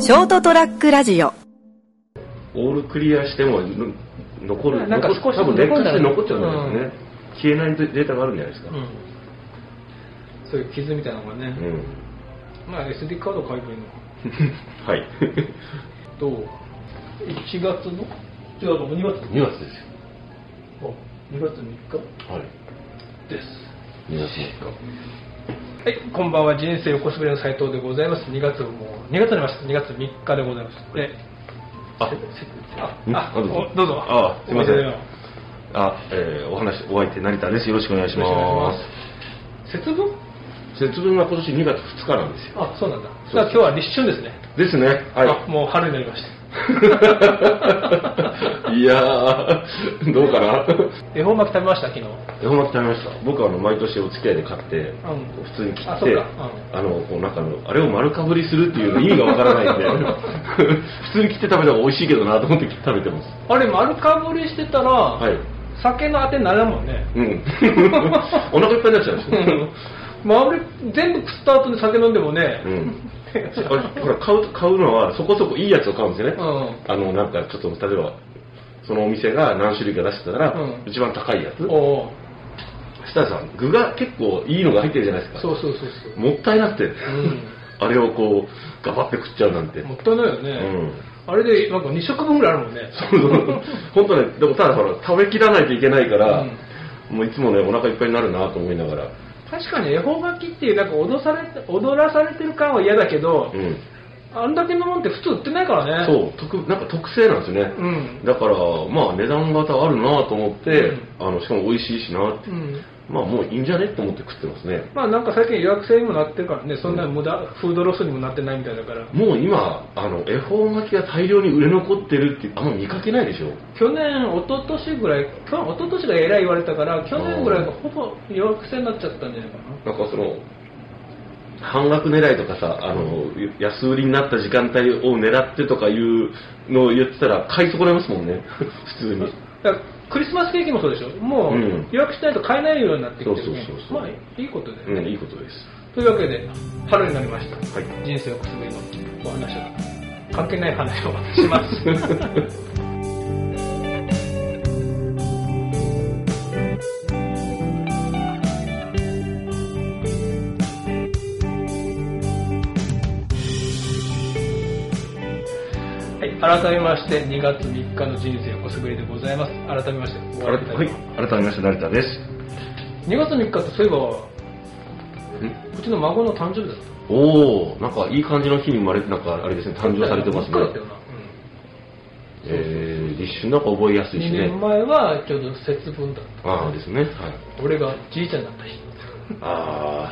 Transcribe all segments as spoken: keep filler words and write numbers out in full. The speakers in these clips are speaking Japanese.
ショートトラックラジオ。 オールクリアしても残る、 なんか少し多分劣化して残っちゃうんだよね、うん、消えないデータがあるんじゃないですか、 うん、そういう傷みたいなのがね、うん、まあ エスディー カード買えばいいのかはいといちがつの違うのにがつにがつですよ。 にがつみっかはいですにがつみっか。 はい、こんばんは。人生横滑りの斉藤でございます。にがつもうにがつになりました。にがつみっかでございます。で、 あ、 あ、あ、どうぞ。どうぞ。 あ、すみません。あ、えー、お話お相手成田です。よろしくお願いします。 節分？ 節分は今年にがつふつかなんですよ。 あ、そうなんだ。じゃあ今日は立春ですね。 ですね。はい。 あ、もう春になりました。 いやー、どうかな。 恵方巻き食べました昨日。 恵方巻き食べました。僕はあの毎年お付き合いで買って、うん、普通に切って、あ、そうか、うん、あのこうなんかのあれを丸かぶりするっていうの意味がわからないんで、普通に切って食べた方が美味しいけどなと思って食べてます。 あれ丸かぶりしてたら、はい、酒のあてになるもんね。 うん。お腹いっぱいになっちゃうんですよ。 まあ、俺全部食った後に酒飲んでもね、うん、 ほら買う買うのはそこそこいいやつを買うんですよね、うん、あのなんかちょっと例えばそのお店が何種類か出してたら、うん、一番高いやつ、おしたらさ具が結構いいのが入ってるじゃないですか。 そうそうそうそう、 もったいなくて、うん、あれをこうガバって食っちゃうなんてもったいないよね、うん、あれでなんかにしょくぶんぐらいあるもんね。 そうそう本当ね。でもただほら食べきらないといけないから、うん、もういつもねお腹いっぱいになるなと思いながら。 確かに恵方巻きっていうなんか踊され踊らされてる感は嫌だけど、うん、あんだけのもんって普通売ってないからね。 そう特なんか特製なんですよね、うん、だからまあ値段型あるなと思って、うん、あのしかも美味しいしなって、うん、まあもういいんじゃねと思って食ってますね。 まあなんか最近予約制にもなってるからね、そんな無駄、うん、フードロスにもなってないみたいだから。 もう今あの恵方巻きが大量に売れ残ってるってあんま見かけないでしょ。 去年一昨年ぐらい去一昨年がえらい言われたから去年ぐらいがほぼ予約制になっちゃったんじゃないかな。 なんかその半額狙いとかさ、あの安売りになった時間帯を狙ってとかいうのを言ってたら買い損ねますもんね普通に。 だからクリスマスケーキもそうでしょ。もう予約しないと買えないようになってきてる、ね、 そうそうそうそう。 まあいいことで、ね、 うん、いいことです。 というわけで春になりました、はい、人生をくすぐりのお話を関係ない話をします改めましてにがつみっかの人生横滑りでございます。改めましてはい、改めまして成田です。 にがつみっかってそういえばうちの孫の誕生日だった。 おお、なんかいい感じの日に生まれて、なんかあれですね、誕生されてますね。 だったよな、うん、 えー、立春なんか覚えやすいしね。 にねんまえはちょうど節分だった、 ね、ああですね、はい、 俺がじいちゃんだった日。 ああ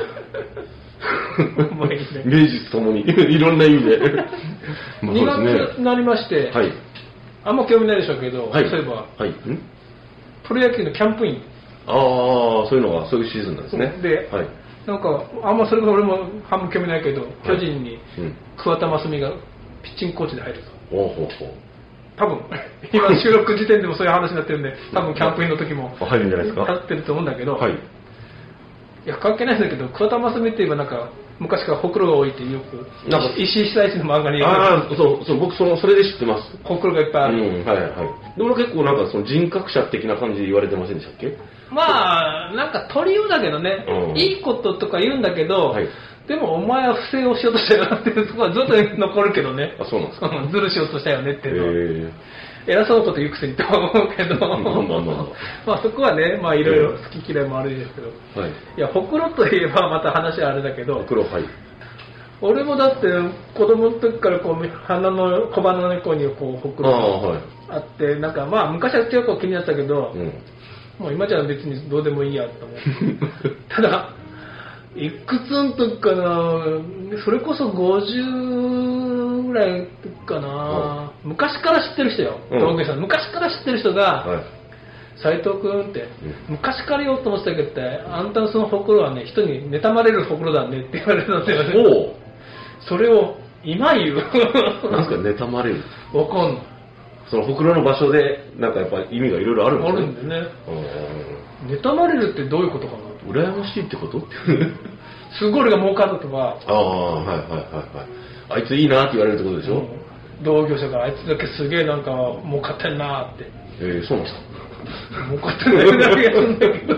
名実ともにいろんな意味でにがつになりまして、はい、あんま興味ないでしょうけど、はい、そういえば、はい、んプロ野球のキャンプイン、 ああそういうのがそういうシーズンなんですね。 で、はい、なんかあんまそれこそ俺も半分興味ないけど、はい、巨人に桑田真澄がピッチングコーチで入ると、おうほうほう、多分今収録時点でもそういう話になってるんで多分キャンプインの時も入るんじゃないですか。 立ってると思うんだけど、 はい、 いや関係ないんだけど、桑田真澄って言えばなんか昔からほくろが多いってよくなんか石井久石の漫画に言う。 ああそうそう、僕そのそれで知ってます。 ほくろがいっぱいある、 うん、はいはい。でも結構なんかその人格者的な感じで言われてませんでしたっけ。 まあなんか取りようだけどね、うん、いいこととか言うんだけど、はい、でもお前は不正をしようとしたよなっていうところはずっと残るけどね。 あ、そうなんですか。 ずるしようとしたよねっていうのは偉そうなこと言うくせにと思うけどまあそこはね、まあいろいろ好き嫌いもあるんですけど、はい、いやほくろといえばまた話はあれだけど、 ほくろ、はい、 俺もだって子供の時からこう鼻の小鼻の猫にこうほくろがあって、はい、なんかまあ昔は結構気になってたけど、うん、もう今じゃ別にどうでもいいやと思ってただいくつの時かな、それこそごじゅうぐらいの時かな、うん、昔から知ってる人よ、道具さん、昔から知ってる人が、はい、斉藤君って、うん、昔から言おうと思ってたけど、あんたのそのほくろはね、人に妬まれるほくろだねって言われたんですよね。おう、それを今言うなんか妬まれるわかんない。 そのほくろの場所でなんかやっぱ意味がいろいろあるんですね。 あるんでね。妬まれるってどういうことかな。 羨ましいってことすごい俺が儲かったとか。 ああ、はいはいはいはい。あいついいなって言われるってことでしょ、うん、 同業者からあいつだけすげえなんか儲かってんなって。 えー、そうなんですか。 儲かってないだけがするんだけど。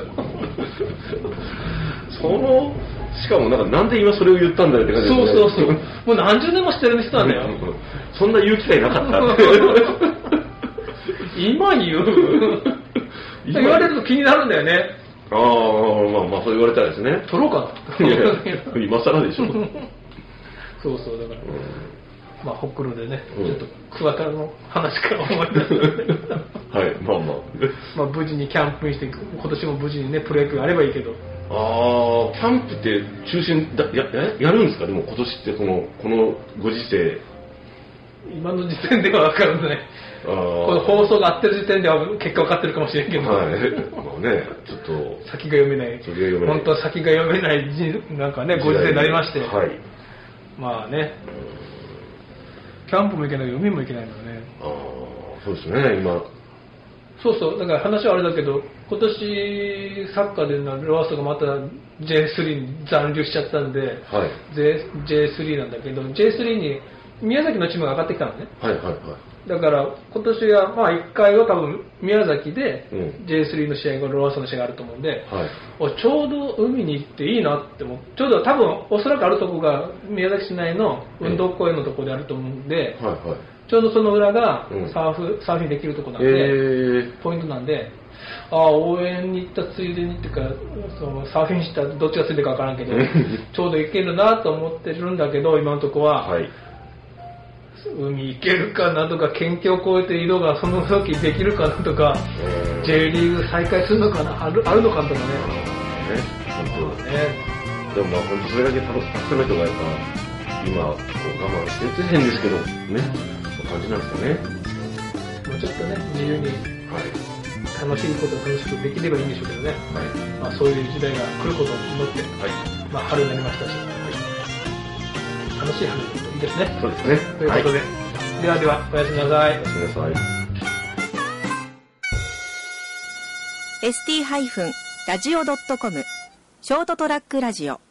その、しかもなんかなんで今それを言ったんだよって感じですね。 そうそうそう。もう何十年もしてる人なんだよ。 そんな言う機会なかったって。 今言う言われると気になるんだよね。 ああ、まあまあそう言われたらですね。 取ろうかな。 いやいや今更でしょ。 そうそう、だから、うん、まあほくろでね、うん、ちょっと桑田の話から思い出す。 はい、まあまあ。 まあ無事にキャンプインして、今年も無事にね、プロ野球があればいいけど。 ああ、キャンプって中心だ や, やるんですか？でも今年ってこのこのご時世。 今の時点では分からない。この放送が合ってる時点では結果分かってるかもしれんけど。 はい。まあね、ちょっと先が読めない。 先が読めない。 本当は先が読めないなんかねご時世になりまして。 はい。 まあね。キャンプも行けないけど海も行けないのね。 ああ、そうですね今。 そうそう、だから話はあれだけど、今年サッカーでのロアッソがまた ジェイスリー に残留しちゃったんで、 はい、 ジェイスリー なんだけど、ジェイスリー に宮崎のチームが上がってきたのね。 はいはいはい。 だから今年はまあいっかいは多分宮崎で ジェイスリー の試合がロアッソの試合があると思うんで、はい、ちょうど海に行っていいなって思って、ちょうど多分おそらくあるとこが宮崎市内の運動公園のところであると思うんで、はいはい、ちょうどその裏がサーフ、うん、サーフィンできるとこなんで、えー、ポイントなんで、ああ応援に行ったついでにっていうか、そのサーフィンしたどっちがついてるか分からんけどちょうど行けるなと思ってるんだけど、今のところは、はい、海行けるかなとか、県境を越えて移動がその時できるかなとか、えー、J リーグ再開するのかな、ある、あるのかとかね。ね、 本当ね。でもまあ本当それだけたくさんの人がやっぱ今こう我慢してて変ですけどね、そう感じなんですかね。 もうちょっとね自由に、はい、楽しいことを楽しくできればいいんでしょうけどね。はい、まあそういう時代が来ることを祈って、はい、まあ春になりましたし、はい、楽しい春になるといいですね。 そうですね。 ということで、はい、ではではおやすみなさい。 おやすみなさい。 エスティー ラジオ ドットコム ショートトラックラジオ